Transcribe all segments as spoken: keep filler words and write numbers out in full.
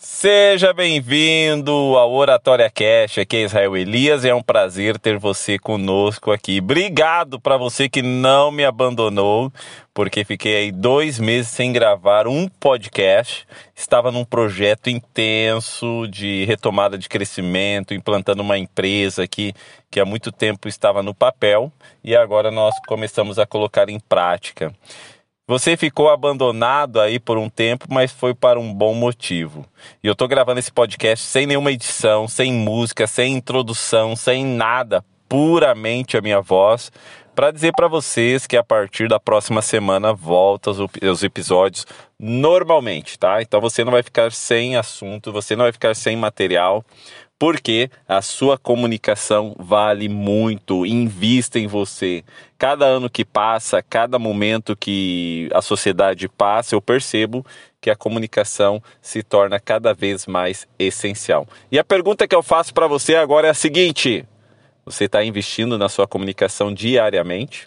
Seja bem-vindo ao Oratória Cash, aqui é Israel Elias e é um prazer ter você conosco aqui. Obrigado para você que não me abandonou, porque fiquei aí dois meses sem gravar um podcast. Estava num projeto intenso de retomada de crescimento, implantando uma empresa aqui que há muito tempo estava no papel e agora nós começamos a colocar em prática. Você ficou abandonado aí por um tempo, mas foi para um bom motivo. E eu tô gravando esse podcast sem nenhuma edição, sem música, sem introdução, sem nada, puramente a minha voz, para dizer para vocês que a partir da próxima semana volta os, os episódios normalmente, tá? Então você não vai ficar sem assunto, você não vai ficar sem material, porque a sua comunicação vale muito, invista em você. Cada ano que passa, cada momento que a sociedade passa, eu percebo que a comunicação se torna cada vez mais essencial. E a pergunta que eu faço para você agora é a seguinte: você está investindo na sua comunicação diariamente?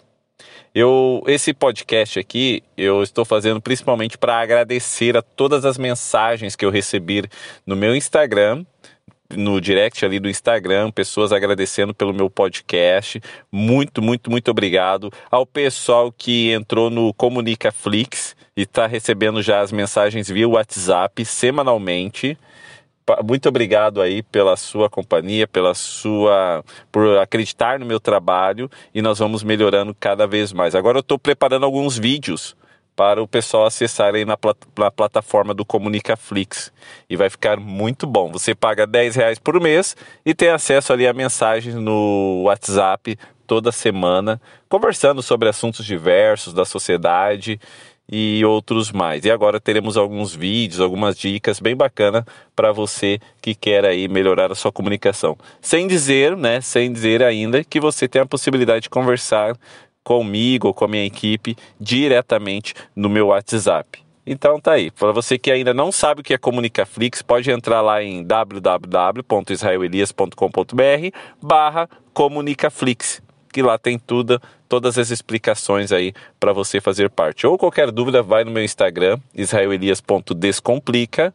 Eu, esse podcast aqui, eu estou fazendo principalmente para agradecer a todas as mensagens que eu recebi no meu Instagram, no direct ali do Instagram, pessoas agradecendo pelo meu podcast. Muito, muito, muito obrigado ao pessoal que entrou no Comunicaflix e está recebendo já as mensagens via WhatsApp semanalmente. Muito obrigado aí pela sua companhia, pela sua, por acreditar no meu trabalho, e nós vamos melhorando cada vez mais. Agora eu estou preparando alguns vídeos para o pessoal acessar aí na, plat- na plataforma do Comunicaflix. E vai ficar muito bom. Você paga dez reais por mês e tem acesso ali a mensagens no WhatsApp toda semana, conversando sobre assuntos diversos da sociedade e outros mais. E agora teremos alguns vídeos, algumas dicas bem bacanas para você que quer aí melhorar a sua comunicação. Sem dizer, né, sem dizer ainda que você tem a possibilidade de conversar comigo ou com a minha equipe diretamente no meu WhatsApp. Então tá aí, para você que ainda não sabe o que é Comunicaflix, pode entrar lá em w w w ponto israel elias ponto com ponto b r barra Comunicaflix, que lá tem tudo, todas as explicações aí para você fazer parte. Ou qualquer dúvida, vai no meu Instagram, israel elias ponto descomplica,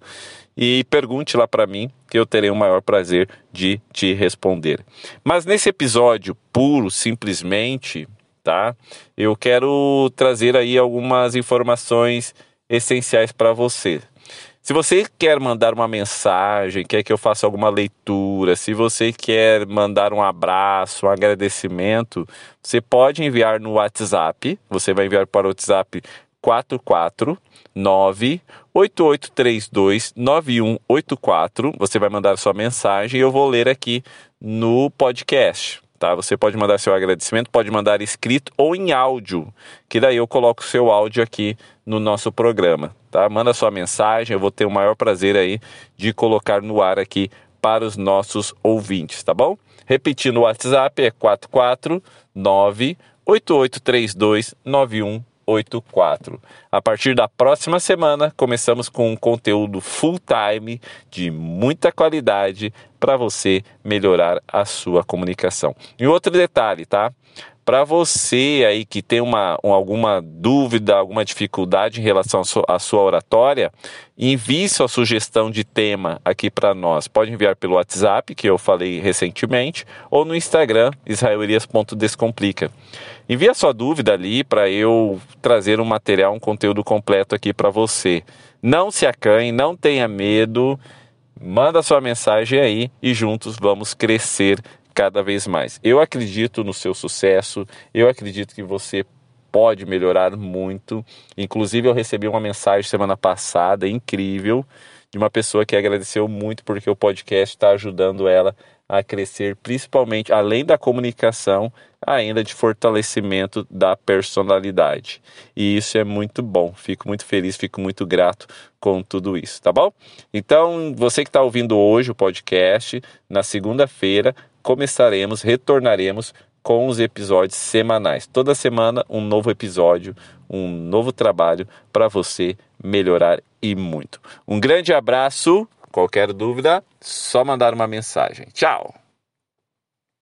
e pergunte lá para mim, que eu terei o maior prazer de te responder. Mas nesse episódio puro, simplesmente, tá? Eu quero trazer aí algumas informações essenciais para você. Se você quer mandar uma mensagem, quer que eu faça alguma leitura, se você quer mandar um abraço, um agradecimento, você pode enviar no WhatsApp. Você vai enviar para o WhatsApp quatro quatro nove oito oito três dois nove um oito quatro. Você vai mandar sua mensagem e eu vou ler aqui no podcast. Tá? Você pode mandar seu agradecimento, pode mandar escrito ou em áudio, que daí eu coloco o seu áudio aqui no nosso programa. Tá? Manda sua mensagem, eu vou ter o maior prazer aí de colocar no ar aqui para os nossos ouvintes, tá bom? Repetindo, o WhatsApp é quatro quatro nove oito oito três dois nove um oito quatro. A partir da próxima semana, começamos com um conteúdo full time de muita qualidade para você melhorar a sua comunicação. E outro detalhe, tá? Para você aí que tem uma, alguma dúvida, alguma dificuldade em relação à sua oratória, envie sua sugestão de tema aqui para nós. Pode enviar pelo WhatsApp, que eu falei recentemente, ou no Instagram, israel elias ponto descomplica. Envie a sua dúvida ali para eu trazer um material, um conteúdo completo aqui para você. Não se acanhe, não tenha medo, manda sua mensagem aí e juntos vamos crescer cada vez mais. Eu acredito no seu sucesso, eu acredito que você pode melhorar muito. Inclusive eu recebi uma mensagem semana passada, incrível, de uma pessoa que agradeceu muito porque o podcast está ajudando ela a crescer, principalmente, além da comunicação, ainda de fortalecimento da personalidade. E isso é muito bom. Fico muito feliz, fico muito grato com tudo isso, tá bom? Então, você que está ouvindo hoje o podcast, na segunda-feira, começaremos, retornaremos com os episódios semanais. Toda semana um novo episódio, um novo trabalho para você melhorar e muito. Um grande abraço. Qualquer dúvida, só mandar uma mensagem. Tchau!